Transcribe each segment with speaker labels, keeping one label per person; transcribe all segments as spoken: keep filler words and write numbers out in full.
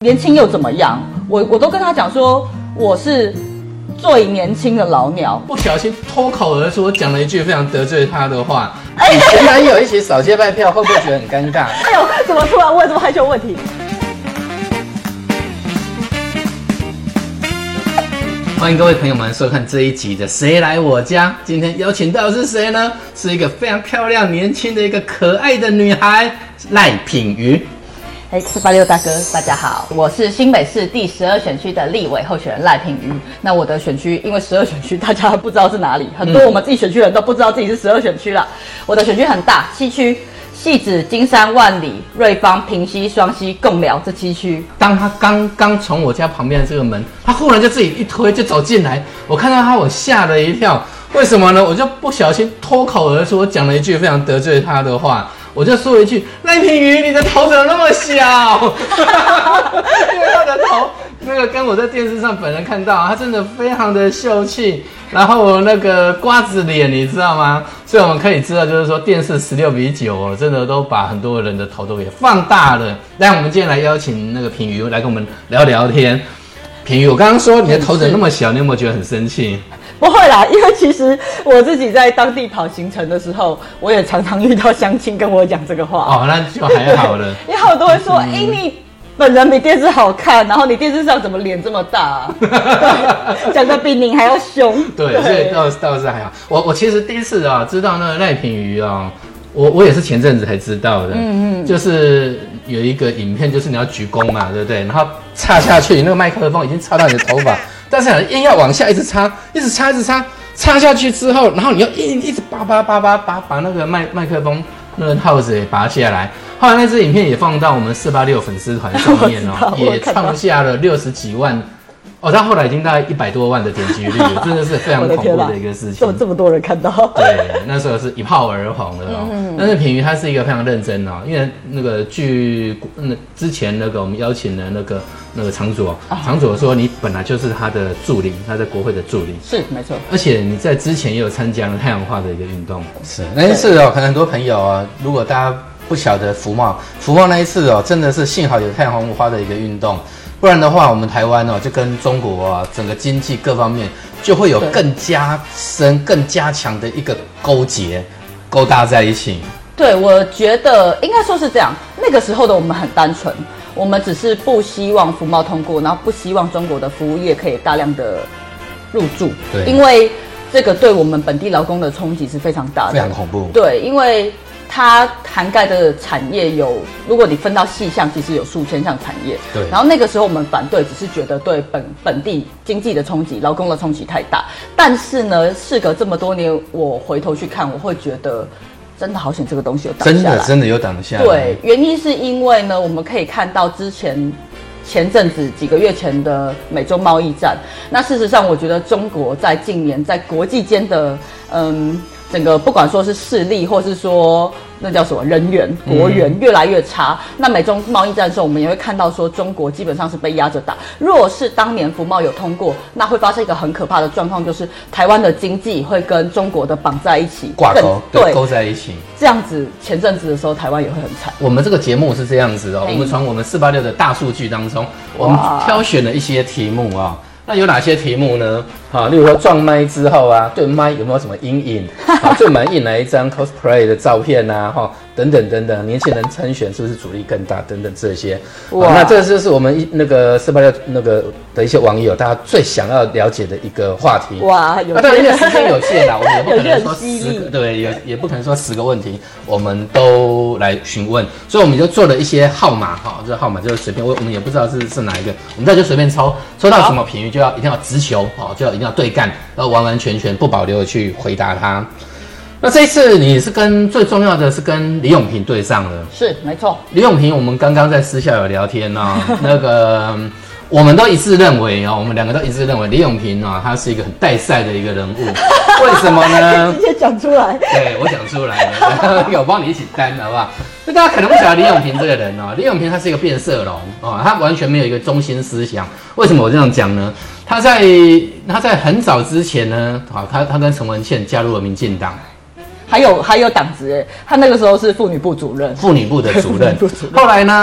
Speaker 1: 年轻又怎么样？我我都跟他讲说，我是最年轻的老鸟。
Speaker 2: 不小心脱口而出讲了一句非常得罪他的话。
Speaker 3: 你前男友一起扫街拜票，会不会觉得很尴尬？
Speaker 1: 哎呦，怎么突然问这么害羞问题？
Speaker 2: 欢迎各位朋友们收看这一集的《谁来我家》。今天邀请到的是谁呢？是一个非常漂亮、年轻的一个可爱的女孩赖品妤。
Speaker 1: 哎，四八六大哥，大家好，我是新北市第十二选区的立委候选人赖品妤。那我的选区，因为十二选区大家不知道是哪里，很多我们自己选区人都不知道自己是十二选区了。我的选区很大，七区。汐止、金山、万里、瑞芳、平溪、双溪、贡寮这七区。
Speaker 2: 当他刚刚从我家旁边的这个门，他忽然就自己一推就走进来，我看到他，我吓了一跳。为什么呢？我就不小心脱口而出，讲了一句非常得罪他的话。我就说一句：“赖品妤，你的头怎么那么小？”因为他的头那个跟我在电视上本人看到，他真的非常的秀气。然后那个瓜子脸，你知道吗？所以我们可以知道，就是说电视十六比九哦，真的都把很多人的头都给放大了。那我们今天来邀请那个品妤来跟我们聊聊天。品妤，我刚刚说你的头怎么那么小，你有没有觉得很生气？
Speaker 1: 不会啦，因为其实我自己在当地跑行程的时候，我也常常遇到乡亲跟我讲这个话。
Speaker 2: 哦，那就还好了。
Speaker 1: 因为他们都会说：“哎、嗯欸，你本人比电视好看，然后你电视上怎么脸这么大、啊？讲得比您还要凶。”
Speaker 2: 对，所以倒倒是还好。我我其实第一次啊知道那个赖品妤啊，我我也是前阵子才知道的。嗯嗯，就是有一个影片，就是你要鞠躬嘛，对不对？然后插下去，那个麦克风已经插到你的头发。但是硬要往下一直插，一直插，一直插，插下去之后，然后你要一一直拔拔拔拔拔把那个麦麦克风那个套子也拔下来。后来那支影片也放到我们四八六粉丝团上面哦，也创下了六十几万。哦，他后来已经大概一百多万的点击率了，真的是非常恐怖的一个事情。
Speaker 1: 怎么这么多人看到？
Speaker 2: 对，那时候是一炮而红的哦。嗯、但是品妤他是一个非常认真哦，因为那个据那之前那个我们邀请的那个那个常佐，啊、常佐说你本来就是他的助理，他在国会的助理，
Speaker 1: 是没错。
Speaker 2: 而且你在之前也有参加了太阳花的一个运动。
Speaker 3: 是那一次哦，可能很多朋友啊，如果大家不晓得福茂，福茂那一次哦，真的是幸好有太阳花的一个运动。不然的话，我们台湾哦，就跟中国啊，整个经济各方面就会有更加深、更加强的一个勾结、勾搭在一起。
Speaker 1: 对，我觉得应该说是这样。那个时候的我们很单纯，我们只是不希望服贸通过，然后不希望中国的服务业可以大量的入驻。对，因为这个对我们本地劳工的冲击是非常大的，
Speaker 3: 非常恐怖。
Speaker 1: 对，因为它涵盖的产业有，如果你分到细项，其实有数千项产业。对。然后那个时候我们反对，只是觉得对本本地经济的冲击、劳工的冲击太大。但是呢，事隔这么多年，我回头去看，我会觉得真的好险，这个东西有挡下来。
Speaker 3: 真的真的有挡下来。
Speaker 1: 对，原因是因为呢，我们可以看到之前前阵子几个月前的美中贸易战。那事实上，我觉得中国在近年在国际间的嗯。整个不管说是势力，或是说那叫什么人员、国员越来越差。嗯、那美中贸易战的时候，我们也会看到说中国基本上是被压着打。若是当年服贸有通过，那会发生一个很可怕的状况，就是台湾的经济会跟中国的绑在一起，
Speaker 3: 挂钩，对，勾在一起。
Speaker 1: 这样子，前阵子的时候，台湾也会很惨。
Speaker 2: 我们这个节目是这样子哦，我们从我们四八六的大数据当中，我们挑选了一些题目啊、哦。那有哪些题目呢？好，例如说撞麦之后啊，对麦有没有什么阴影？好，最满意哪一张 cosplay 的照片啊？哈，等等等等，年轻人参选是不是阻力更大？等等这些。哇，那这就是我们那个四八六那个的一些网友大家最想要了解的一个话题。哇，有。那当然因为时间有限啦，我们也不可能说十个，对，也也不可能说十个问题我们都来询问，所以我们就做了一些号码哈，这个号码就是随便，我我们也不知道是是哪一个，我们这就随便抽，抽到什么品妤就要一定要直球哦，就要一定要对干，然后完完全全不保留的去回答他。那这一次你是跟最重要的是跟李永平对上了，
Speaker 1: 是没错。
Speaker 2: 李永平，我们刚刚在私下有聊天哦，那个我们都一致认为哦，我们两个都一致认为李永平啊、哦，他是一个很带赛的一个人物。为什么呢？
Speaker 1: 直接讲出来。
Speaker 2: 对，我讲出来了，我帮你一起担，好不好？那大家可能不晓得李永平这个人哦，李永平他是一个变色龙哦，他完全没有一个中心思想。为什么我这样讲呢？他在他在很早之前呢，啊，他他跟陈文茜加入了民进党。
Speaker 1: 还有还有党职哎，他那个时候是妇女部主任，
Speaker 2: 妇女部的主任。后来呢，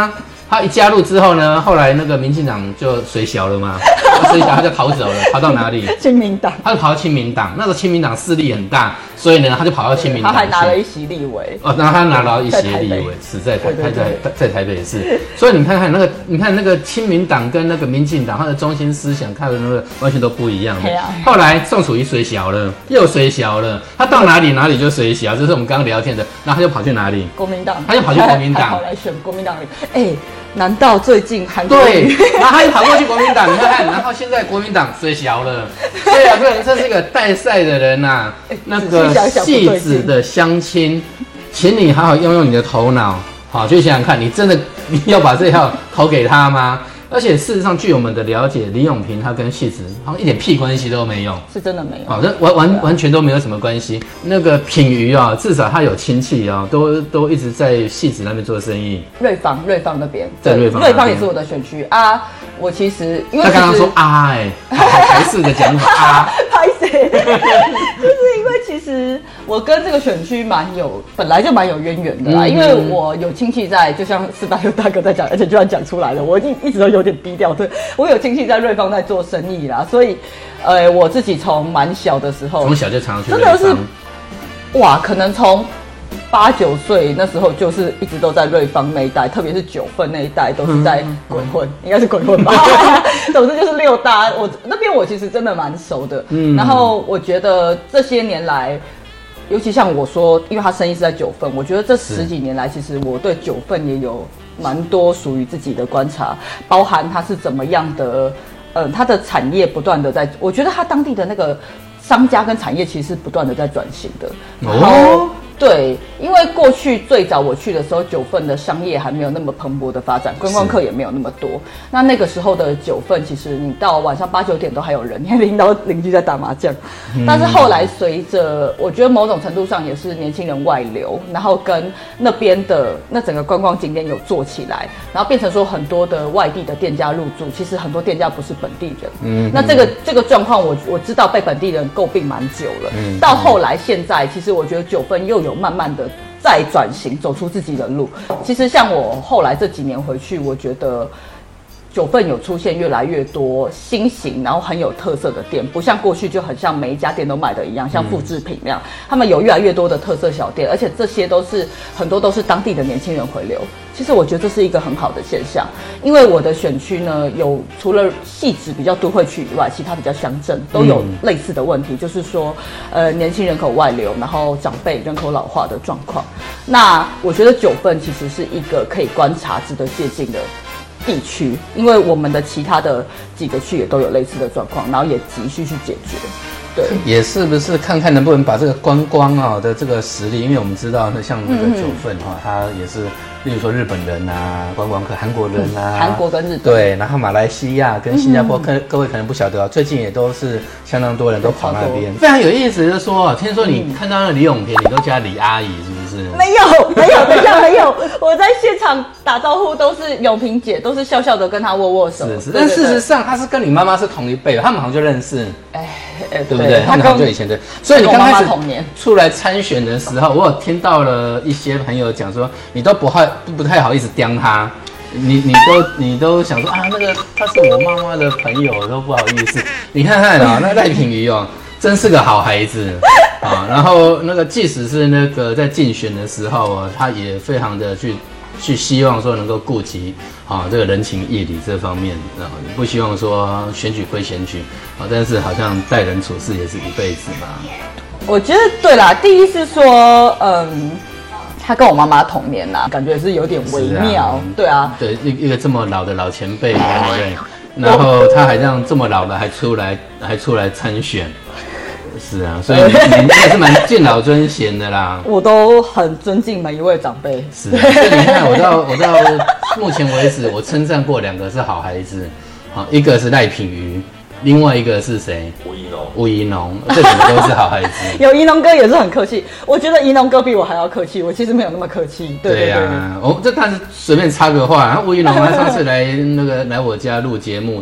Speaker 2: 他一加入之后呢，后来那个民进党就水小了嘛，水小他就逃走了，跑到哪里？
Speaker 1: 亲民党，
Speaker 2: 他就跑到亲民党。那时候亲民党势力很大，所以呢，他就跑到亲民党。
Speaker 1: 他还拿了一席立委。
Speaker 2: 哦，然后他拿了一席立委，是在台在在在台北市。所以你看看那个，你看那个亲民党跟那个民进党，他的中心思想看的那个完全都不一样的。后来宋楚瑜水小了，又水小了，他到哪里哪里就水小，这是我们刚刚聊天的。然后他就跑去哪里？
Speaker 1: 国民党，
Speaker 2: 他就跑去国民党，
Speaker 1: 跑来选国民党里。哎、欸，难道最近韩国
Speaker 2: 对，然后他又跑过去国民党，你看看，然后现在国民党水小了。对啊，这这是一个带赛的人呐、啊，那个戏子的乡亲，请你好好用用你的头脑，好去想想看，你真的你要把这票投给他吗？而且事实上，据我们的了解，李永平他跟戏子好像一点屁关系都没有，
Speaker 1: 是真的没有，
Speaker 2: 好，这完完完全都没有什么关系。那个品瑜啊，至少他有亲戚啊，都都一直在戏子那边做生意。
Speaker 1: 瑞芳，瑞芳那边，
Speaker 2: 在瑞芳，
Speaker 1: 瑞芳也是我的选区啊。我其实因为
Speaker 2: 他刚刚说啊、欸，哎，好台式的讲法啊，
Speaker 1: 拍谁？就是因为其实我跟这个选区蛮有，本来就蛮有渊源的啦。嗯、因为我有亲戚在，就像四八六大哥在讲，而且居然讲出来了，我一一直都有点低调。对，我有亲戚在瑞芳在做生意啦，所以，呃，我自己从蛮小的时候，
Speaker 2: 从小就常常去
Speaker 1: 瑞芳，真的是，哇，可能从八九岁那时候就是一直都在瑞芳那一带，特别是九份那一带都是在鬼混，嗯、应该是鬼混吧。总之就是六大，我那边我其实真的蛮熟的。嗯，然后我觉得这些年来，尤其像我说，因为他生意是在九份，我觉得这十几年来，其实我对九份也有蛮多属于自己的观察，包含它是怎么样的，嗯，它的产业不断的在，我觉得它当地的那个商家跟产业其实是不断的在转型的。哦。对，因为过去最早我去的时候，九份的商业还没有那么蓬勃的发展，观光客也没有那么多。那那个时候的九份，其实你到晚上八九点都还有人，因为领导邻居在打麻将。嗯、但是后来随着，我觉得某种程度上也是年轻人外流，然后跟那边的那整个观光景点有做起来，然后变成说很多的外地的店家入驻，其实很多店家不是本地人。嗯，那这个这个状况我我知道被本地人诟病蛮久了。嗯，到后来现在，其实我觉得九份又有慢慢的再转型，走出自己的路。其实像我后来这几年回去，我觉得九份有出现越来越多新型，然后很有特色的店，不像过去就很像每一家店都卖的一样，像复制品那样。他们有越来越多的特色小店，而且这些都是很多都是当地的年轻人回流。其实我觉得这是一个很好的现象，因为我的选区呢，有除了细致比较都会区以外，其他比较乡镇都有类似的问题，嗯、就是说，呃，年轻人口外流，然后长辈人口老化的状况。那我觉得九份其实是一个可以观察、值得借鉴的地区，因为我们的其他的几个区也都有类似的状况，然后也急需去解决。对，
Speaker 2: 也是不是看看能不能把这个观光啊的这个实力，因为我们知道像那个九份哈，它也是，例如说日本人啊，观光客，韩国人啊，
Speaker 1: 韩、嗯、国跟日本
Speaker 2: 对，然后马来西亚跟新加坡，各、嗯、各位可能不晓得啊，最近也都是相当多人都跑那边，非常有意思。就是说，听说你看到那李永平，你都叫李阿姨，是不是？
Speaker 1: 没有，没有，等一下没有，我在现场打招呼都是永平姐，都是笑笑的跟她握握手。
Speaker 2: 是是，但事实上她是跟你妈妈是同一辈的，他们好像就认识。哎。对不对？他们好像就以前的，所以你刚开始出来参选的时候，我有听到了一些朋友讲说，你都不太不不太好意思刁他，你你都你都想说啊，那个他是我妈妈的朋友，都不好意思。你看看啊，那赖品妤哦，真是个好孩子啊。然后那个即使是那个在竞选的时候啊，他也非常的去。去希望说能够顾及啊这个人情义理这方面啊，不希望说选举归选举啊，但是好像待人处事也是一辈子嘛。
Speaker 1: 我觉得对啦，第一是说，嗯，他跟我妈妈同年啦，感觉是有点微妙，啊对啊，
Speaker 2: 对一个这么老的老前辈，对不对？然后他还让这么老的还出来还出来参选。是啊，所以你你也是蛮敬老尊贤的啦。
Speaker 1: 我都很尊敬每一位长辈。
Speaker 2: 是、啊，所以你看，我到我到目前为止，我称赞过两个是好孩子，好，一个是赖品妤，另外一个是谁？
Speaker 4: 吴怡农。
Speaker 2: 吴怡农，这两个都是好孩子。
Speaker 1: 有怡农哥也是很客气，我觉得怡农哥比我还要客气，我其实没有那么客气。对对呀、
Speaker 2: 啊，我这但是随便插个话，然后吴怡农他上次来那个来我家录节目，他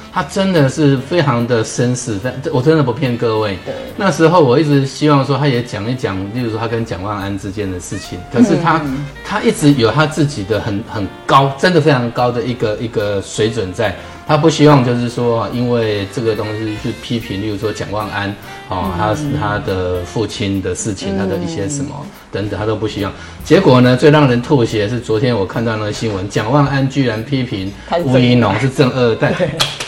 Speaker 2: 他真的是非常的绅士，我真的不骗各位。
Speaker 1: 对，
Speaker 2: 那时候我一直希望说，他也讲一讲，例如说他跟蒋万安之间的事情。可是他、嗯、他一直有他自己的很很高，真的非常高的一个一个水准在。他不希望就是说，因为这个东西去批评，例如说蒋万安，哦，他是他的父亲的事情，他的一些什么等等，他都不希望。结果呢，最让人吐血的是昨天我看到那个新闻，蒋万安居然批评吴怡农是正二代。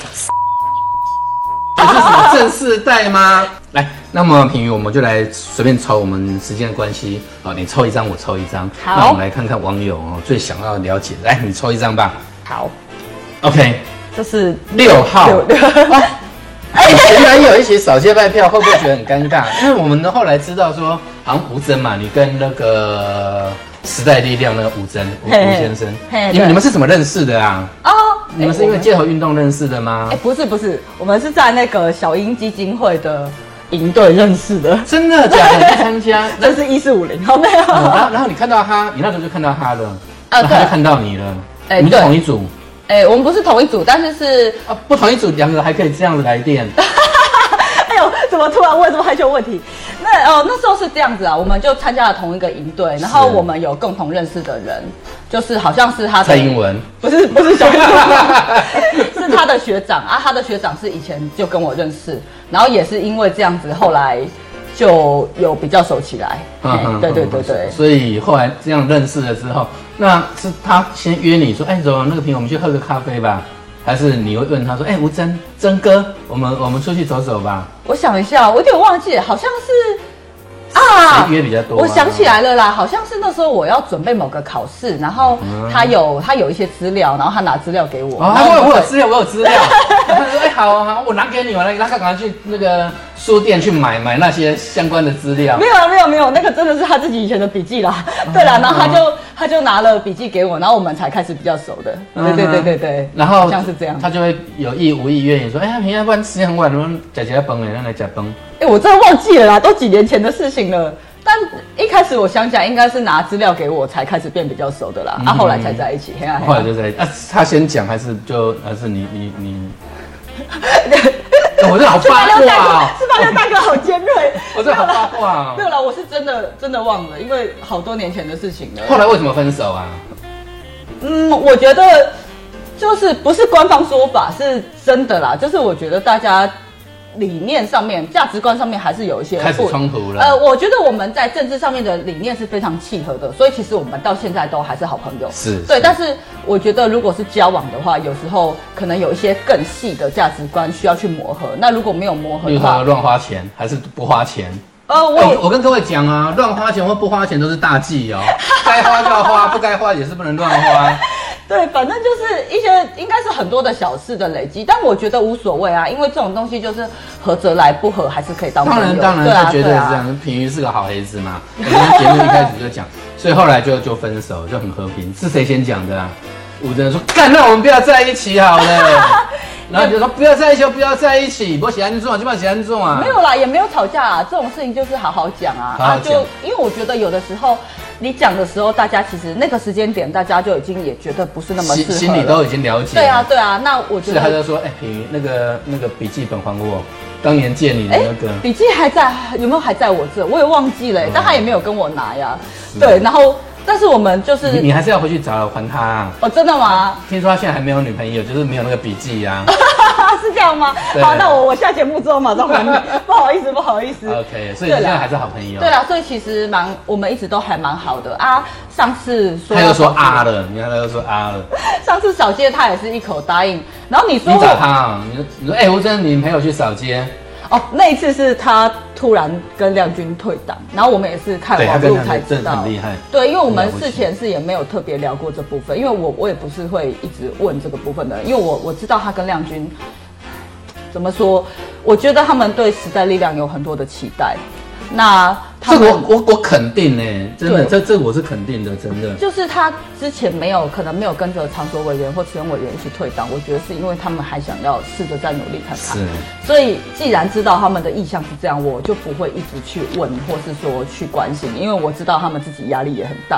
Speaker 2: 你是什么正四代吗？来，那么品瑜，我们就来随便抽，我们时间的关系，好，你抽一张，我抽一张。
Speaker 1: 好，
Speaker 2: 那我们来看看网友哦最想要了解的，来，你抽一张吧。
Speaker 1: 好
Speaker 2: ，OK，
Speaker 1: 这是
Speaker 2: 六号。哎，原来有一起扫街拜票，会不会觉得很尴尬？因为我们后来知道说，好像吴峥嘛，你跟那个时代力量那个吴峥吴吴先生，你们你们是怎么认识的啊？哦。你们是因为街头运动认识的吗？
Speaker 1: 哎、欸，不是不是，我们是在那个小英基金会的营队认识的。
Speaker 2: 真的假的？你去参加？
Speaker 1: 这是一四五零，好没有、嗯？
Speaker 2: 然后然后你看到他，你那时候就看到他了，啊，他就看到你了。哎、欸，你们同一组？
Speaker 1: 哎、欸，我们不是同一组，但是是
Speaker 2: 啊，不同一组，两个还可以这样子来电。
Speaker 1: 哎呦，怎么突然问这么害羞问题？那哦，那时候是这样子啊，我们就参加了同一个营队，然后我们有共同认识的人，就是好像是他的
Speaker 2: 蔡英文，
Speaker 1: 不是不是小英文，是他的学长啊，他的学长是以前就跟我认识，然后也是因为这样子，后来就有比较熟起来。嗯嗯，对对对对。
Speaker 2: 所以后来这样认识了之后，那是他先约你说，哎，走，那个平，我们去喝个咖啡吧。还是你会问他说：“哎、欸，吴峥，峥哥，我们我们出去走走吧。”
Speaker 1: 我想一下，我有点忘记，好像是啊，
Speaker 2: 谁约比较多、啊？
Speaker 1: 我想起来了啦，好像是那时候我要准备某个考试，然后他有他有一些资料，然后他拿资料给我。
Speaker 2: 哦，他问我有资料，我有资料。他说：“哎、欸，好好，我拿给你，我来，他赶快去那个书店去买买那些相关的资料。”
Speaker 1: 没有没有没有，那个真的是他自己以前的笔记啦。嗯、对啦，然后他就他就拿了笔记给我，然后我们才开始比较熟的。嗯、对对对对对。
Speaker 2: 然后
Speaker 1: 好像是这样，
Speaker 2: 他就会有意无意约你说：“哎、欸、呀，平要不然时间很晚，我们吃吃饭哎，咱来吃饭。”
Speaker 1: 哎、欸，我真的忘记了啦，都几年前的事情了。但一开始我想起来，应该是拿资料给我，才开始变比较熟的啦。嗯、啊，后来才在一起。嘿啊嘿啊
Speaker 2: 后来就在一起。啊，他先讲还是就还是你你你？我这好八卦啊！
Speaker 1: 是吧？大哥好尖锐。
Speaker 2: 我这好八卦啊！
Speaker 1: 没有啦，我是真的真的忘了，因为好多年前的事情了。
Speaker 2: 后来为什么分手啊？
Speaker 1: 嗯，我觉得就是不是官方说法，是真的啦。就是我觉得大家理念上面、价值观上面还是有一些
Speaker 2: 开始冲突了。
Speaker 1: 呃，我觉得我们在政治上面的理念是非常契合的，所以其实我们到现在都还是好朋友。
Speaker 2: 是，
Speaker 1: 对。是但是我觉得，如果是交往的话，有时候可能有一些更细的价值观需要去磨合。那如果没有磨合的话，
Speaker 2: 乱花钱还是不花钱？
Speaker 1: 呃，我、
Speaker 2: 欸、我跟各位讲啊，乱花钱或不花钱都是大忌哦，该花就要花，不该花也是不能乱花。
Speaker 1: 对，反正就是一些应该是很多的小事的累积，但我觉得无所谓啊，因为这种东西就是合则来，不合还是可以当朋友。
Speaker 2: 当然，当然，
Speaker 1: 对啊，
Speaker 2: 绝对是这样。品瑜是个好孩子嘛，我们节目一开始就讲，所以后来就就分手，就很和平。是谁先讲的啊？吴峥说：“干，那我们不要在一起好了。”然后你就说不要在一起，不要在一起，不喜欢做就不喜欢做啊。
Speaker 1: 没有啦，也没有吵架啊，这种事情就是好好讲啊。
Speaker 2: 好好讲。
Speaker 1: 啊，就因为我觉得有的时候你讲的时候，大家其实那个时间点，大家就已经也觉得不是那么适合了，
Speaker 2: 心里都已经了解。
Speaker 1: 对啊，对啊。那我觉得，
Speaker 2: 是他就说，哎、欸，品瑜那个那个笔记本还我，当年借你的那个
Speaker 1: 笔记还在，有没有还在我这？我也忘记了、欸，嗯、但他也没有跟我拿呀。对，然后。但是我们就是
Speaker 2: 你，你还是要回去找还他啊！
Speaker 1: 哦，真的吗？
Speaker 2: 听说他现在还没有女朋友，就是没有那个笔记呀、
Speaker 1: 啊。是这样吗？好，那我我下节目之后马上还你。不好意思，不好意思。
Speaker 2: OK， 所以现在还是好朋友。
Speaker 1: 对啦，所以其实蛮，我们一直都还蛮好的啊。上次说
Speaker 2: 他又说啊了，你看他又说啊了。
Speaker 1: 上次扫街他也是一口答应，然后你说
Speaker 2: 你找他啊？你说你说哎，吴峥，你陪我去扫街。
Speaker 1: 哦，那一次是他突然跟亮君退党，然后我们也是看网路才知道，
Speaker 2: 很厉害。
Speaker 1: 对，因为我们事前是也没有特别聊过这部分，因为我我也不是会一直问这个部分的，因为我我知道他跟亮君怎么说，我觉得他们对时代力量有很多的期待。那他
Speaker 2: 这我我我肯定呢，真的，这这我是肯定的，真的。
Speaker 1: 就是他之前没有可能没有跟着长所委员或持任委员一起退党，我觉得是因为他们还想要试着再努力看看。是。所以既然知道他们的意向是这样，我就不会一直去问或是说去关心，因为我知道他们自己压力也很大。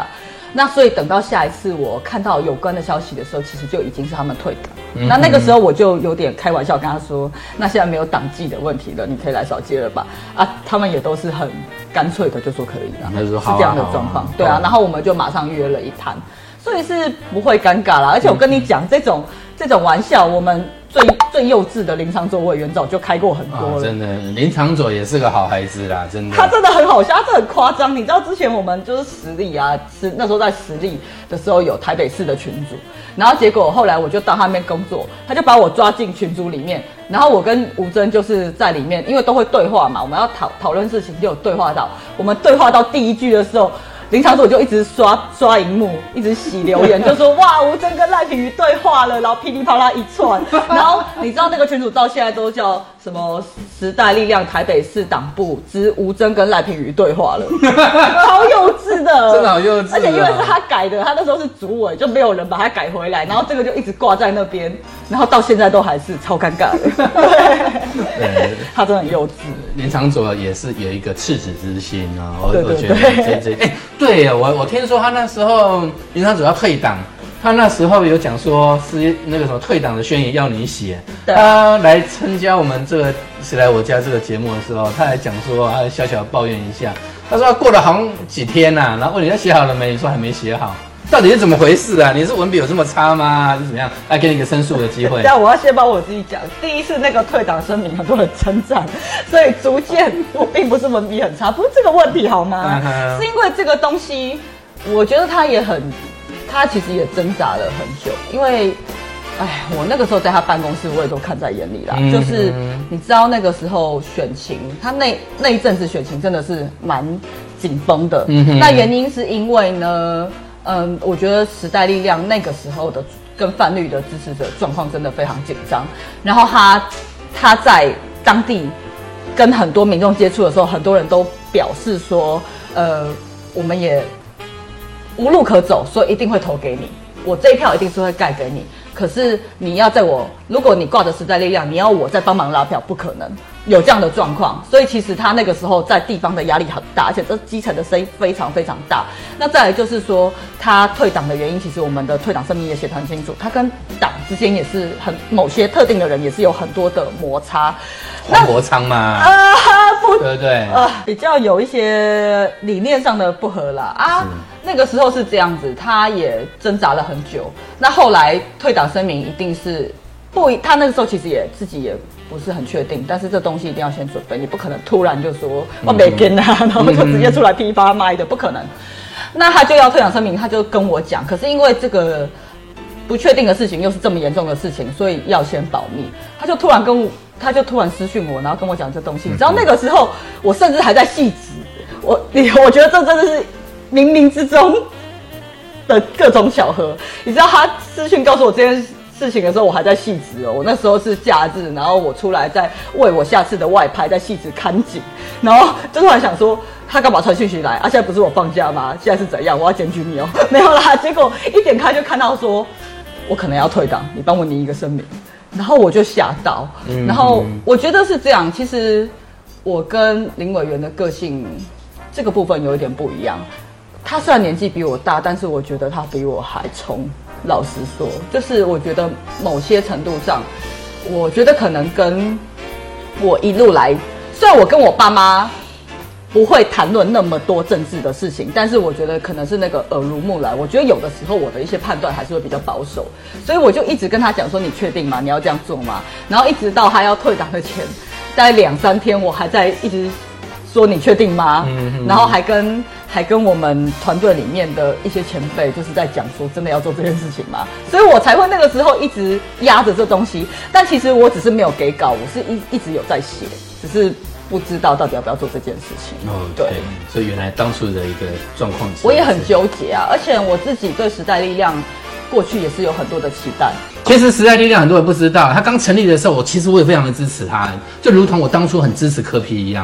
Speaker 1: 那所以等到下一次我看到有关的消息的时候，其实就已经是他们退党。
Speaker 2: 嗯、
Speaker 1: 那那个时候我就有点开玩笑跟他说，那现在没有党纪的问题了，你可以来扫街了吧？啊，他们也都是很干脆的就说可以了，
Speaker 2: 那是好、啊、
Speaker 1: 是这样的状况。对啊，然后我们就马上约了一摊，所以是不会尴尬啦。而且我跟你讲，嗯、这种这种玩笑，我们最最幼稚的林长佐委员早就开过很多了。
Speaker 2: 哦、真的，林长佐也是个好孩子啦，真的。
Speaker 1: 他真的很好笑，他真的很夸张。你知道之前我们就是实力啊，实那时候在实力的时候有台北市的群组，然后结果后来我就到他那边工作，他就把我抓进群组里面，然后我跟吴峥就是在里面，因为都会对话嘛，我们要讨讨论事情就有对话到，我们对话到第一句的时候。林长佐就一直刷刷荧幕，一直洗留言，就说哇，吴峥跟赖品妤对话了，然后噼里啪啦一串，然后你知道那个群组到现在都叫什么时代力量台北市党部之吴峥跟赖品妤对话了，超幼稚的，
Speaker 2: 真的好幼稚、啊，
Speaker 1: 而且因为是他改的，他那时候是主委，就没有人把他改回来，然后这个就一直挂在那边，然后到现在都还是超尴尬的，对，他真的很幼稚。
Speaker 2: 林长佐也是有一个赤子之心啊，我
Speaker 1: 对对对
Speaker 2: 我觉得这这哎。对呀，我我听说他那时候林长佐要退党，他那时候有讲说是那个什么退党的宣言要你写。他来参加我们这个谁来我家这个节目的时候，他还讲说，他小小抱怨一下，他说他过了好像几天呐、啊，然后问你他写好了没？你说还没写好。到底是怎么回事啊？你是文笔有这么差吗？还是怎么样？来给你一个申诉的机会。
Speaker 1: 但我要先帮我自己讲，第一次那个退党声明很多人称赞，所以逐渐我并不是文笔很差，不是这个问题好吗？嗯、是因为这个东西，我觉得他也很，他其实也挣扎了很久，因为，哎，我那个时候在他办公室，我也都看在眼里啦。嗯、就是你知道那个时候选情，他那那一阵子选情真的是蛮紧绷的。嗯、那原因是因为呢。嗯，我觉得时代力量那个时候的跟泛绿的支持者状况真的非常紧张。然后他他在当地跟很多民众接触的时候，很多人都表示说，呃，我们也无路可走，所以一定会投给你，我这一票一定是会盖给你。可是你要在我，如果你挂着时代力量，你要我再帮忙拉票，不可能有这样的状况。所以其实他那个时候在地方的压力很大，而且这基层的声音非常非常大。那再来就是说，他退党的原因，其实我们的退党声明也写得很清楚，他跟党之间也是很某些特定的人也是有很多的摩擦。
Speaker 2: 黄国昌嘛，啊，不，对不对？
Speaker 1: 啊，比较有一些理念上的不合啦啊。那个时候是这样子，他也挣扎了很久。那后来退党声明一定是不，他那个时候其实也自己也不是很确定，但是这东西一定要先准备，你不可能突然就说我没跟啊，然后就直接出来批发卖的，不可能。那他就要退党声明，他就跟我讲，可是因为这个不确定的事情又是这么严重的事情，所以要先保密。他就突然跟我，他就突然私讯我，然后跟我讲这东西。你知道那个时候我甚至还在戏子，我你我觉得这真的是。冥冥之中的各种巧合，你知道他私讯告诉我这件事情的时候，我还在戏子哦。我那时候是假日，然后我出来在为我下次的外拍在戏子看景，然后就突然想说，他干嘛传讯息来？啊，现在不是我放假吗？现在是怎样？我要检举你哦。没有啦，结果一点开就看到说，我可能要退党，你帮我拟一个声明，然后我就吓到。嗯、然后我觉得是这样，其实我跟林委员的个性这个部分有一点不一样。他虽然年纪比我大，但是我觉得他比我还冲。老实说，就是我觉得某些程度上，我觉得可能跟我一路来，虽然我跟我爸妈不会谈论那么多政治的事情，但是我觉得可能是那个耳濡目染。我觉得有的时候我的一些判断还是会比较保守，所以我就一直跟他讲说：“你确定吗？你要这样做吗？”然后一直到他要退党的前，大概两三天，我还在一直说：“你确定吗？”嗯嗯然后还跟。还跟我们团队里面的一些前辈，就是在讲说，真的要做这件事情吗？所以我才会那个时候一直压着这东西。但其实我只是没有给稿，我是一一直有在写，只是不知道到底要不要做这件事情。
Speaker 2: 哦，对，所以原来当初的一个状况，
Speaker 1: 我也很纠结啊。而且我自己对时代力量过去也是有很多的期待。
Speaker 2: 其实时代力量很多人不知道，他刚成立的时候，我其实我也非常的支持他，就如同我当初很支持柯 P 一样。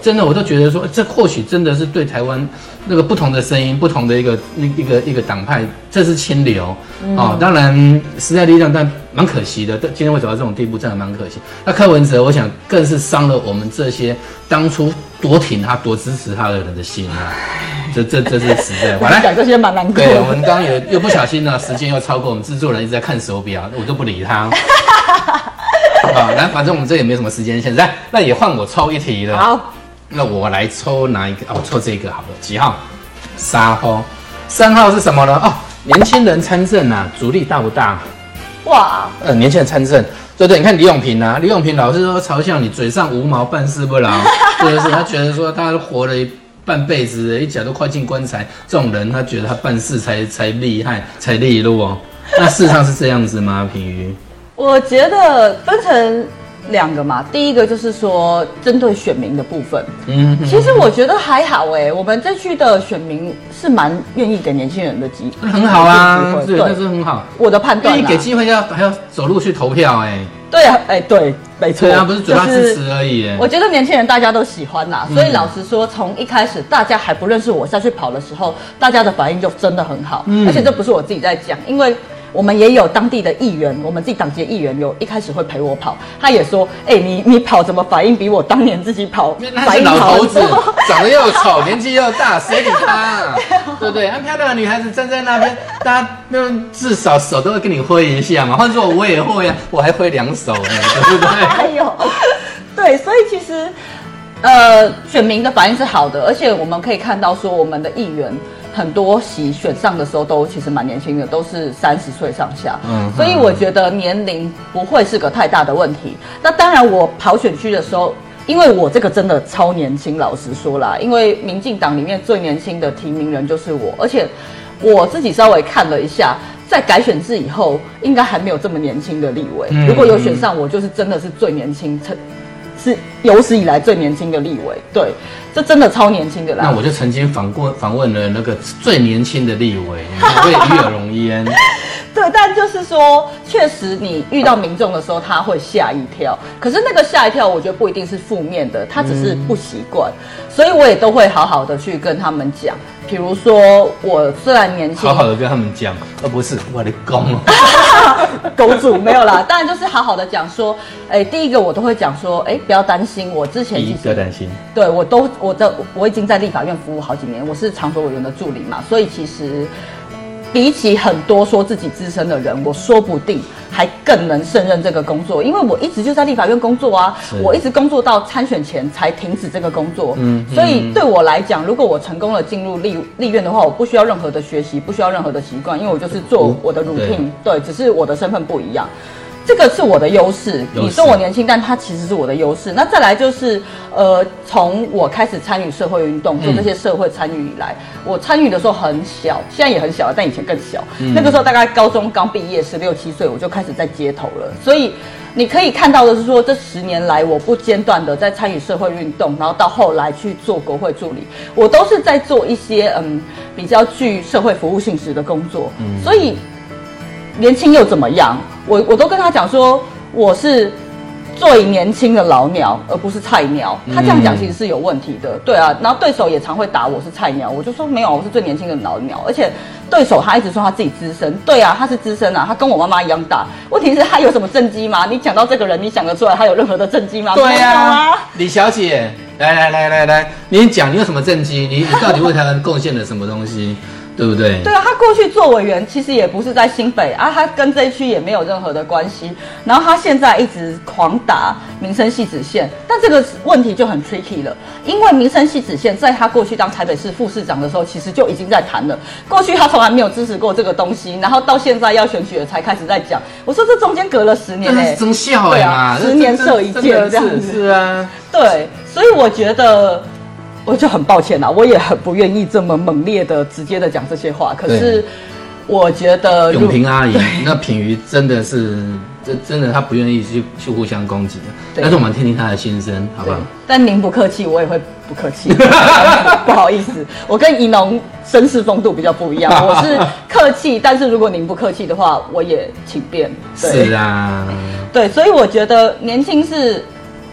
Speaker 2: 真的我都觉得说，这或许真的是对台湾那个不同的声音、不同的一个一个一个党派，这是清流、嗯、哦。当然时代力量，但蛮可惜的，今天会走到这种地步，真的蛮可惜。那柯文哲，我想更是伤了我们这些当初多挺他、多支持他的人的心啊。这这这是实在。我来
Speaker 1: 讲这些蛮难过的。
Speaker 2: 对，我们刚刚也又不小心呢，时间又超过，我们制作人一直在看手表，我都不理他。好，来，反正我们这也没什么时间限制，那也换我抽一题了。
Speaker 1: 好，
Speaker 2: 那我来抽哪一个？哦，抽这个好了。几号？三号。三号是什么呢？哦，年轻人参政啊，阻力大不大？
Speaker 1: 哇，
Speaker 2: 呃，年轻人参政，对对，你看李永平啊，李永平老是说嘲笑你嘴上无毛，办事不牢，对不是？他觉得说他活了一半辈子，一脚都快进棺材，这种人他觉得他办事才才厉害，才利落哦。那事实上是这样子吗？品瑜？
Speaker 1: 我觉得分成两个嘛，第一个就是说针对选民的部分，嗯，其实我觉得还好哎、欸，我们这区的选民是蛮愿意给年轻人的机会，
Speaker 2: 很好啊，对，那是很好。
Speaker 1: 我的判断，
Speaker 2: 愿意给机会要还要走路去投票哎、欸，
Speaker 1: 对啊，哎、欸、对，没错，
Speaker 2: 对啊，不是嘴巴支持而已、欸。
Speaker 1: 我觉得年轻人大家都喜欢啦，所以老实说，从一开始大家还不认识我下去跑的时候，大家的反应就真的很好，嗯、而且这不是我自己在讲，因为。我们也有当地的议员，我们自己党籍议员有一开始会陪我跑，他也说，哎、欸，你你跑怎么反应比我当年自己跑反应好很多？
Speaker 2: 老头子长得又丑，年纪又大，谁理他、啊？对不对？很漂亮的女孩子站在那边，大家至少手都会跟你挥一下嘛。换做我也会啊，我还挥两手呢，对不对？
Speaker 1: 哎呦，对，所以其实，呃，选民的反应是好的，而且我们可以看到说，我们的议员。很多席选上的时候都其实蛮年轻的，都是三十岁上下，嗯，所以我觉得年龄不会是个太大的问题。那当然，我跑选区的时候，因为我这个真的超年轻，老实说啦，因为民进党里面最年轻的提名人就是我，而且我自己稍微看了一下，在改选制以后，应该还没有这么年轻的立委。嗯、如果有选上，我就是真的是最年轻，是有史以来最年轻的立委，对。这真的超年轻的啦！
Speaker 2: 那我就曾经访过访问了那个最年轻的立委，我也与有荣焉。
Speaker 1: 对，但就是说，确实你遇到民众的时候，他会吓一跳。可是那个吓一跳，我觉得不一定是负面的，他只是不习惯。嗯、所以我也都会好好的去跟他们讲。比如说，我虽然年轻，
Speaker 2: 好好的跟他们讲，而不是我的公
Speaker 1: 狗主没有啦。当然就是好好的讲说，哎，第一个我都会讲说，哎，不要担心，我之前
Speaker 2: 第一不要担心，
Speaker 1: 对我都我的我已经在立法院服务好几年，我是常所委员的助理嘛，所以其实。比起很多说自己资深的人，我说不定还更能胜任这个工作，因为我一直就在立法院工作啊，我一直工作到参选前才停止这个工作。嗯，所以对我来讲，如果我成功的进入立立院的话，我不需要任何的学习，不需要任何的习惯，因为我就是做我的 routine， 对，只是我的身份不一样。这个是我的优势，你说我年轻，但它其实是我的优势。那再来就是，呃，从我开始参与社会运动，做这些社会参与以来，嗯、我参与的时候很小，现在也很小，但以前更小。嗯、那个时候大概高中刚毕业，十六七岁，我就开始在街头了。所以你可以看到的是说，这十年来我不间断的在参与社会运动，然后到后来去做国会助理，我都是在做一些嗯比较具社会服务性质的工作。嗯、所以。年轻又怎么样？我我都跟他讲说，我是最年轻的老鸟，而不是菜鸟。他这样讲其实是有问题的，对啊。然后对手也常会打我是菜鸟，我就说没有，我是最年轻的老鸟。而且对手他一直说他自己资深，对啊，他是资深啊，他跟我妈妈一样大。问题是他有什么政绩吗？你讲到这个人，你想得出来他有任何的政绩吗？
Speaker 2: 对啊，李小姐，来来来来来，你讲你有什么政绩？你你到底为台湾贡献了什么东西？对不对？
Speaker 1: 对啊，他过去做委员，其实也不是在新北啊，他跟这一区也没有任何的关系。然后他现在一直狂打民生汐止线，但这个问题就很 tricky 了，因为民生汐止线在他过去当台北市副市长的时候，其实就已经在谈了。过去他从来没有支持过这个东西，然后到现在要选举了才开始在讲。我说这中间隔了十年哎、欸，
Speaker 2: 真笑哎嘛，
Speaker 1: 十年射一箭这样子。
Speaker 2: 是啊，
Speaker 1: 对，所以我觉得。我就很抱歉啦，我也很不愿意这么猛烈的、直接的讲这些话。可是，我觉得
Speaker 2: 永平阿姨那品瑜真的是，真真的她不愿意去去互相攻击的。但是我们听听她的心声，好不好？
Speaker 1: 但您不客气，我也会不客气。不好意思，我跟宜农绅士风度比较不一样，我是客气，但是如果您不客气的话，我也请便。
Speaker 2: 是啊，
Speaker 1: 对，所以我觉得年轻是。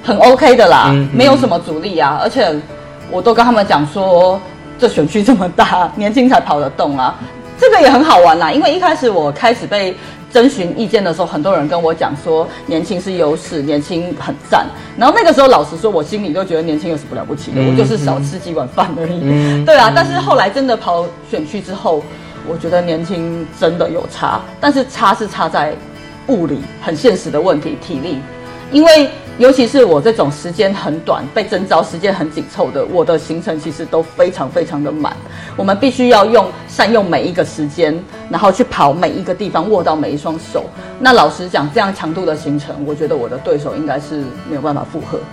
Speaker 1: 很 OK 的啦，
Speaker 2: 嗯嗯
Speaker 1: 没有什么阻力啊，而且我都跟他们讲说，这选区这么大，年轻才跑得动啊，这个也很好玩啦。因为一开始我开始被征询意见的时候，很多人跟我讲说年轻是优势，年轻很赞。然后那个时候老实说，我心里就觉得年轻有什么了不起的，嗯、我就是少吃几碗饭而已。嗯、对啊，但是后来真的跑选区之后，我觉得年轻真的有差，但是差是差在物理很现实的问题，体力。因为尤其是我这种时间很短、被征召时间很紧凑的，我的行程其实都非常非常的满。我们必须要用善用每一个时间，然后去跑每一个地方，握到每一双手。那老实讲，这样强度的行程，我觉得我的对手应该是没有办法负荷。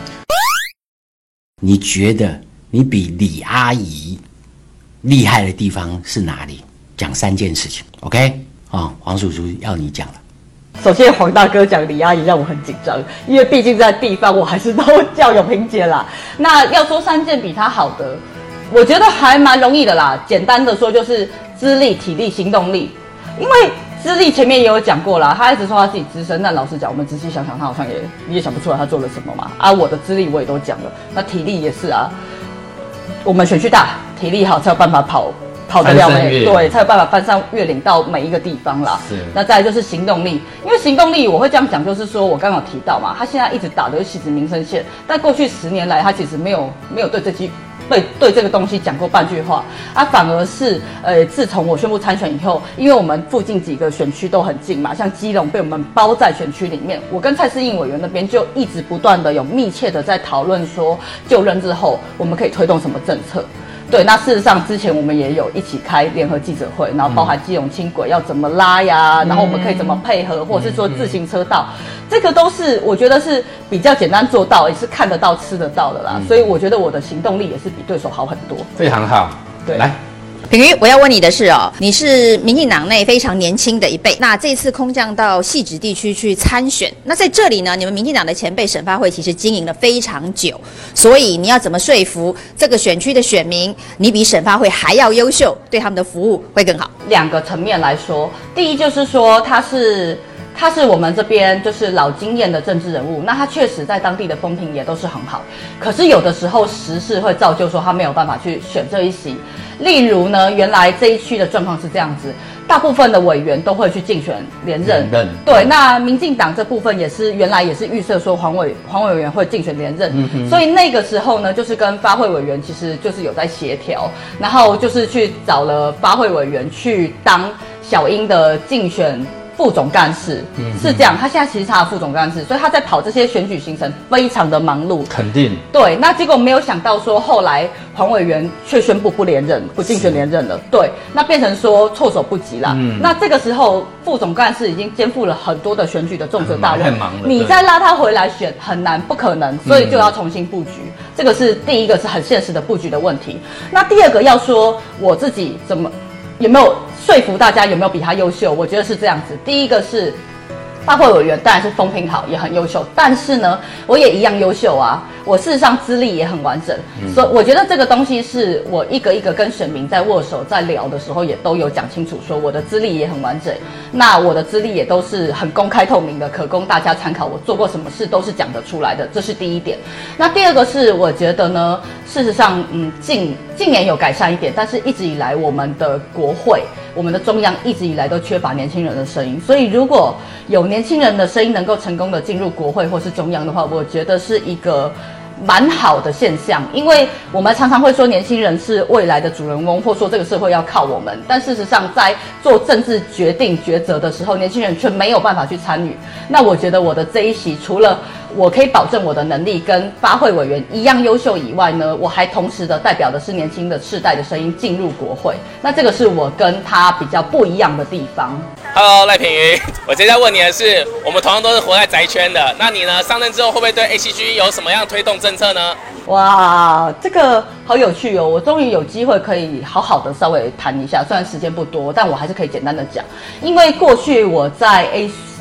Speaker 4: 你觉得你比李阿姨厉害的地方是哪里？讲三件事情 ，OK？ 啊、哦，黄叔叔要你讲了。
Speaker 1: 首先，黄大哥讲李阿姨让我很紧张，因为毕竟在地方我还是都较有凭借啦。那要说三件比他好的，我觉得还蛮容易的啦。简单的说就是资历、体力、行动力。因为资历前面也有讲过啦，他一直说他自己资深，但老实讲，我们仔细想想，他好像也你也想不出来他做了什么嘛。啊，我的资历我也都讲了，那体力也是啊。我们选区大，体力好才有办法跑。跑得了没？对，才有办法翻山越岭到每一个地方啦。是。那再来就是行动力，因为行动力我会这样讲，就是说我刚刚有提到嘛，他现在一直打的是汐止民生线，但过去十年来，他其实没有没有对这机对对这个东西讲过半句话，啊，反而是呃，自从我宣布参选以后，因为我们附近几个选区都很近嘛，像基隆被我们包在选区里面，我跟蔡适应委员那边就一直不断的有密切的在讨论说，就任之后我们可以推动什么政策。对，那事实上之前我们也有一起开联合记者会，然后包含基隆轻轨要怎么拉呀，然后我们可以怎么配合，或者是说自行车道，这个都是我觉得是比较简单做到，也是看得到、吃得到的啦。所以我觉得我的行动力也是比对手好很多。
Speaker 2: 非常好，
Speaker 1: 对，
Speaker 2: 来。
Speaker 5: 品妤，我要问你的是哦，你是民进党内非常年轻的一辈，那这次空降到汐止地区去参选，那在这里呢，你们民进党的前辈沈发慧其实经营了非常久，所以你要怎么说服这个选区的选民，你比沈发慧还要优秀，对他们的服务会更好？
Speaker 1: 两个层面来说，第一就是说他是。他是我们这边就是老经验的政治人物，那他确实在当地的风评也都是很好。可是有的时候时事会造就说他没有办法去选这一席。例如呢，原来这一区的状况是这样子，大部分的委员都会去竞选连任。连任对，那民进党这部分也是原来也是预设说黄委黄委员会竞选连任，嗯、所以那个时候呢，就是跟发会委员其实就是有在协调，然后就是去找了发会委员去当小英的竞选。副总干事、嗯、是这样，他现在其实他的副总干事，所以他在跑这些选举行程非常的忙碌。
Speaker 2: 肯定。
Speaker 1: 对，那结果没有想到说，后来黄委员却宣布不连任，不竞选连任了。对，那变成说措手不及啦。嗯。那这个时候副总干事已经肩负了很多的选举的重责大任，
Speaker 2: 太忙了。
Speaker 1: 你再拉他回来选很难，不可能，所以就要重新布局。嗯、这个是第一个是很现实的布局的问题。那第二个要说我自己怎么。有没有说服大家有没有比他优秀？我觉得是这样子。第一个是发会委员，当然是风评好，也很优秀。但是呢，我也一样优秀啊。我事实上资历也很完整，嗯、所以我觉得这个东西是我一个一个跟选民在握手在聊的时候，也都有讲清楚，说我的资历也很完整。那我的资历也都是很公开透明的，可供大家参考。我做过什么事都是讲得出来的，这是第一点。那第二个是，我觉得呢，事实上，嗯，近近年有改善一点，但是一直以来我们的国会、我们的中央一直以来都缺乏年轻人的声音。所以如果有年轻人的声音能够成功的进入国会或是中央的话，我觉得是一个蛮好的现象。因为我们常常会说年轻人是未来的主人翁，或说这个社会要靠我们，但事实上在做政治决定抉择的时候，年轻人却没有办法去参与。那我觉得我的这一席除了我可以保证我的能力跟发会委员一样优秀以外呢，我还同时的代表的是年轻的世代的声音进入国会。那这个是我跟他比较不一样的地方。
Speaker 6: Hello， 赖品妤，我接下来问你的是，我们同样都是活在宅圈的，那你呢？上任之后会不会对 A C G 有什么样推动政策呢？
Speaker 1: 哇，这个好有趣哦！我终于有机会可以好好的稍微谈一下，虽然时间不多，但我还是可以简单的讲。因为过去我在 A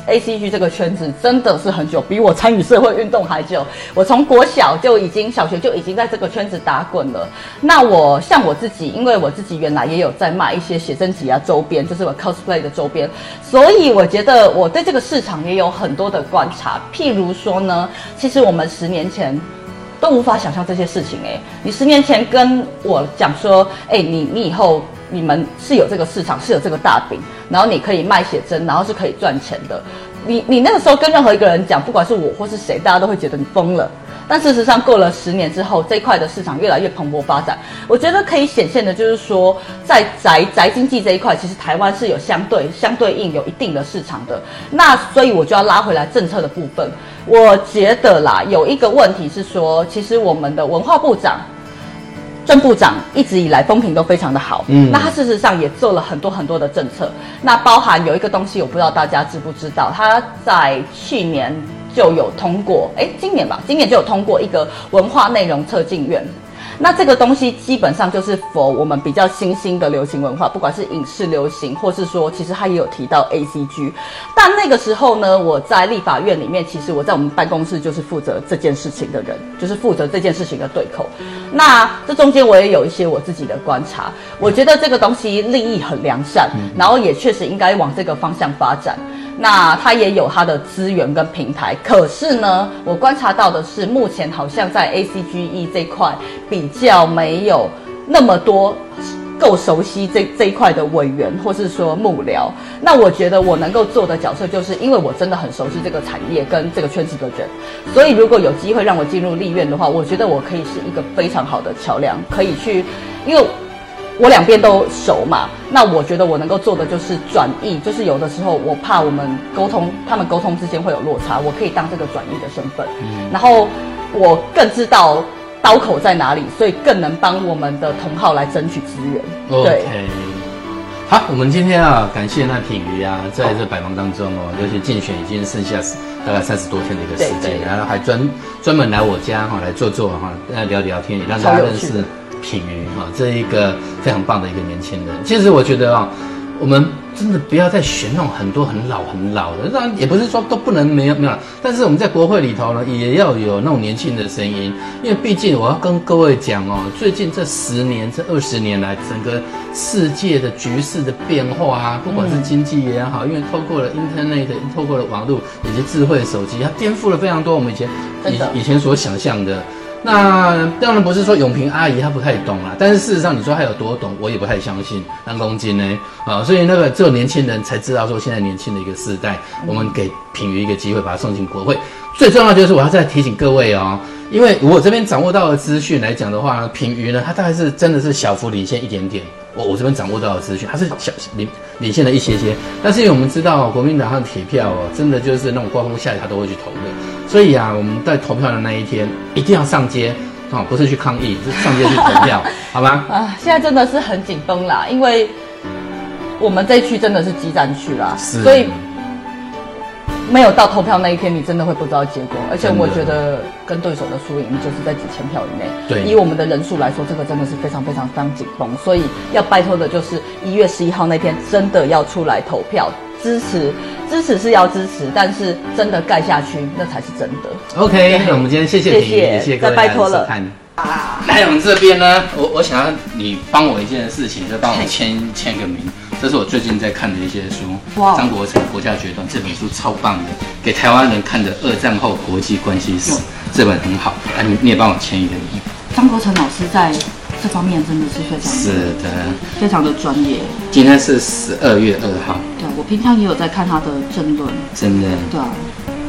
Speaker 1: A C G 这个圈子真的是很久，比我参与社会运动还久。我从国小就已经，小学就已经在这个圈子打滚了。那我像我自己，因为我自己原来也有在卖一些写真集啊周边，就是我 cosplay 的周边，所以我觉得我对这个市场也有很多的观察。譬如说呢，其实我们十年前都无法想象这些事情哎、欸，你十年前跟我讲说，哎、欸，你你以后你们是有这个市场，是有这个大饼，然后你可以卖写真，然后是可以赚钱的。你你那个时候跟任何一个人讲，不管是我或是谁，大家都会觉得你疯了。但事实上，过了十年之后，这一块的市场越来越蓬勃发展。我觉得可以显现的就是说，在宅宅经济这一块，其实台湾是有相对相对应有一定的市场的。那所以我就要拉回来政策的部分。我觉得啦，有一个问题是说，其实我们的文化部长郑部长一直以来风评都非常的好，嗯，那他事实上也做了很多很多的政策。那包含有一个东西，我不知道大家知不知道，他在去年就有通过，哎，今年吧，今年就有通过一个文化内容测进院。那这个东西基本上就是 for 我们比较新兴的流行文化，不管是影视流行，或是说其实他也有提到 A C G。但那个时候呢，我在立法院里面，其实我在我们办公室就是负责这件事情的人，就是负责这件事情的对口。那这中间我也有一些我自己的观察，我觉得这个东西利益很良善，然后也确实应该往这个方向发展。那它也有它的资源跟平台，可是呢，我观察到的是，目前好像在 A C G E 这一块比较没有那么多够熟悉这这一块的委员或是说幕僚。那我觉得我能够做的角色，就是因为我真的很熟悉这个产业跟这个圈子的人，所以如果有机会让我进入立院的话，我觉得我可以是一个非常好的桥梁，可以去，因为我两边都熟嘛，那我觉得我能够做的就是转译，就是有的时候我怕我们沟通，他们沟通之间会有落差，我可以当这个转译的身份，嗯，然后我更知道刀口在哪里，所以更能帮我们的同好来争取资源。对。
Speaker 2: Okay. 好，我们今天啊，感谢那品瑜啊，在这百忙当中哦，尤其竞选已经剩下大概三十多天的一个时间，然后还专专门来我家哈来坐坐哈，来聊聊天，也让大家认识品瑜哈这一个非常棒的一个年轻人。其实我觉得啊，我们真的不要再选那种很多很老很老的，当然也不是说都不能没有没有，但是我们在国会里头呢，也要有那种年轻的声音，因为毕竟我要跟各位讲哦，最近这十年、这二十年来，整个世界的局势的变化啊，不管是经济也好，因为透过了 Internet， 透过了网络以及智慧手机，它颠覆了非常多我们以前以以前所想象的。那当然不是说永平阿姨她不太懂啦，但是事实上你说她有多懂，我也不太相信。三公斤呢，啊，所以那个只有年轻人才知道说现在年轻的一个世代，我们给品瑜一个机会把她送进国会。最重要就是我要再提醒各位哦，因为我这边掌握到的资讯来讲的话呢，品瑜呢她大概是真的是小幅领先一点点。我我这边掌握到的资讯，它是小领领先了一些些，但是因为我们知道、哦、国民党他的铁票哦，真的就是那种刮风下雨他都会去投的，所以啊，我们在投票的那一天一定要上街啊、哦，不是去抗议，是上街去投票，好吗？
Speaker 1: 啊，现在真的是很紧绷啦，因为我们这一区真的是激战区啦，所以没有到投票那一天，你真的会不知道结果。而且我觉得跟对手的输赢就是在几千票以内。对，以我们的人数来说，这个真的是非常非常非常紧绷。所以要拜托的就是一月十一号那天真的要出来投票，支持支持是要支持，但是真的盖下去那才是真的。
Speaker 2: OK， 那我们今天谢谢品瑜，谢谢各位来收看。来我们这边呢，我我想要你帮我一件事情，就帮我签签个名。这是我最近在看的一些书，《张国成国家决断》这本书超棒的，给台湾人看的二战后国际关系史，这本很好。啊，你你也帮我签一个名。
Speaker 1: 张国成老师在这方面真的是非常
Speaker 2: 是的，
Speaker 1: 非常的专业。
Speaker 2: 今天是十二月二号。
Speaker 1: 对，我平常也有在看他的政论。
Speaker 2: 真的。
Speaker 1: 对啊。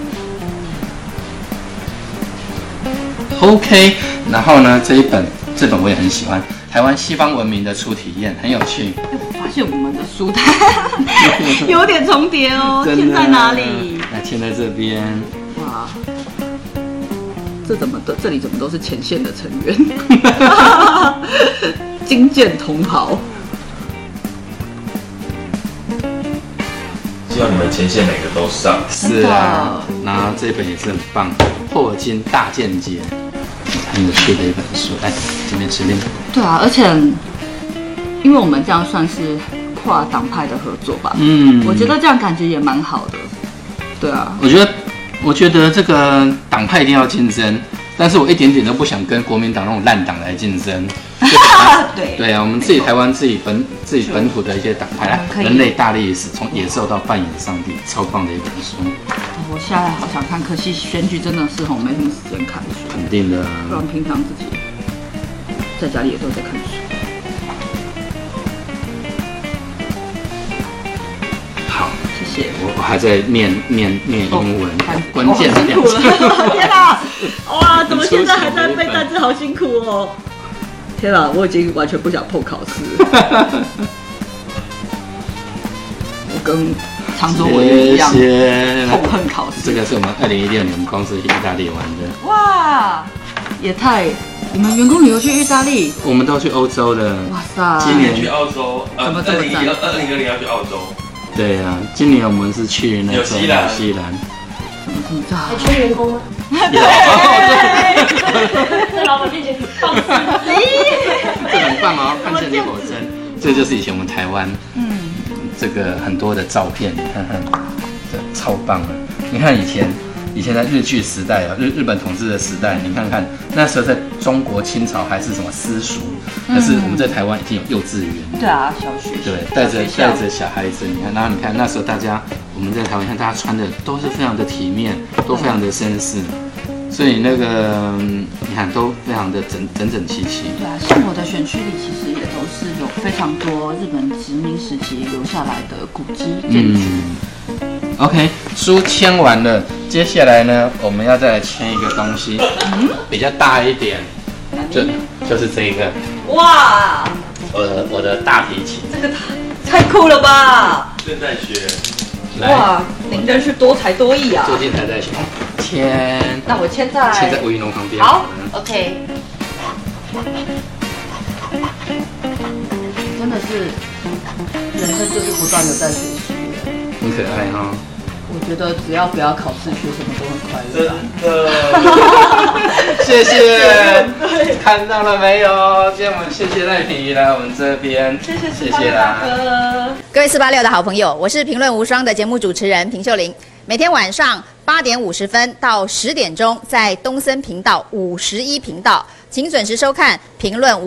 Speaker 2: OK， 然后呢，这一本这本我也很喜欢，台湾西方文明的初体验，很有趣。
Speaker 1: 我发现我们的书单有点重叠哦，签在哪里？
Speaker 2: 来，签在这边。哇，
Speaker 1: 这怎么的？这里怎么都是前线的成员？金剑同袍。
Speaker 7: 希望你们前线每个都上。
Speaker 2: 是啊，然后这本也是很棒，《霍尔金大见解》。很有趣的一本书，哎，这边这边。
Speaker 1: 对啊，而且因为我们这样算是跨党派的合作吧，嗯，我觉得这样感觉也蛮好的。 对啊，
Speaker 3: 我觉得，我觉得这个党派一定要竞争，但是我一点点都不想跟国民党那种烂党来竞争。
Speaker 1: 对
Speaker 3: 对啊，我们自己台湾自己本自己本土的一些党派，来人类大历史从野兽到扮演上帝，超棒的一本书。
Speaker 1: 我现在好想看，可惜选举真的是吼没什么时间看书。
Speaker 3: 肯定的啊，
Speaker 1: 不然平常自己在家里也都在看书。
Speaker 3: 好，
Speaker 1: 谢谢。
Speaker 3: 我我还在念念念英文，
Speaker 1: 哦、
Speaker 3: 关键的两字。
Speaker 1: 天哪！哇，怎么现在还在背单词，好辛苦哦！天哪，我已经完全不想碰考试。我跟常州委员一样痛恨考试。
Speaker 3: 这个是我们二零一六年光是去意大利玩的。
Speaker 1: 哇，也太！你们员工旅游去意大利？
Speaker 3: 我们都去欧洲的。
Speaker 1: 哇塞！
Speaker 7: 今年去澳洲，呃，
Speaker 1: 怎么这么赞？
Speaker 7: 二零二零要去澳洲。
Speaker 3: 对啊，今年我们是去那个
Speaker 7: 纽西兰。
Speaker 3: 纽西兰。
Speaker 1: 怎么这么炸？
Speaker 8: 还缺员工吗？
Speaker 3: 有。
Speaker 8: 在老板面前放肆。
Speaker 3: 这很棒哦，看见你果真，这就是以前我们台湾，嗯，这个很多的照片，你看看，这超棒的。你看以前，以前在日据时代啊，日日本统治的时代，你看看那时候在中国清朝还是什么私塾，可是我们在台湾已经有幼稚园，
Speaker 1: 对啊，小学，
Speaker 3: 对，带着带着小孩子，你看，然后你看那时候大家我们在台湾，看大家穿的都是非常的体面，都非常的绅士。所以那个你看都非常的整整整齐齐。
Speaker 1: 对啊，像我的选区里其实也都是有非常多日本殖民时期留下来的古迹建筑。
Speaker 3: 嗯 OK， 书签完了，接下来呢，我们要再来签一个东西，嗯、比较大一点，就就是这个。
Speaker 1: 哇！
Speaker 3: 我的我的大提琴。
Speaker 1: 这个太酷了吧！
Speaker 7: 正在学。
Speaker 1: 哇，您真是多才多艺啊！
Speaker 3: 最近才在学。签，
Speaker 1: 那我签在
Speaker 3: 签在吴一农旁边。
Speaker 1: 好 ，OK。真的是，人生就是不断的在学习。
Speaker 3: 很可爱哈、哦。
Speaker 1: 我觉得只要不要考试，学什么都很快乐。
Speaker 7: 真的。
Speaker 3: 谢谢，看到了没有？今天我们谢谢赖品瑜来我们这边，
Speaker 1: 谢谢
Speaker 3: 谢谢啦。
Speaker 5: 各位四八六的好朋友，我是评论无双的节目主持人平秀玲。每天晚上八点五十分到十点钟，在东森频道五十一频道，请准时收看评论无。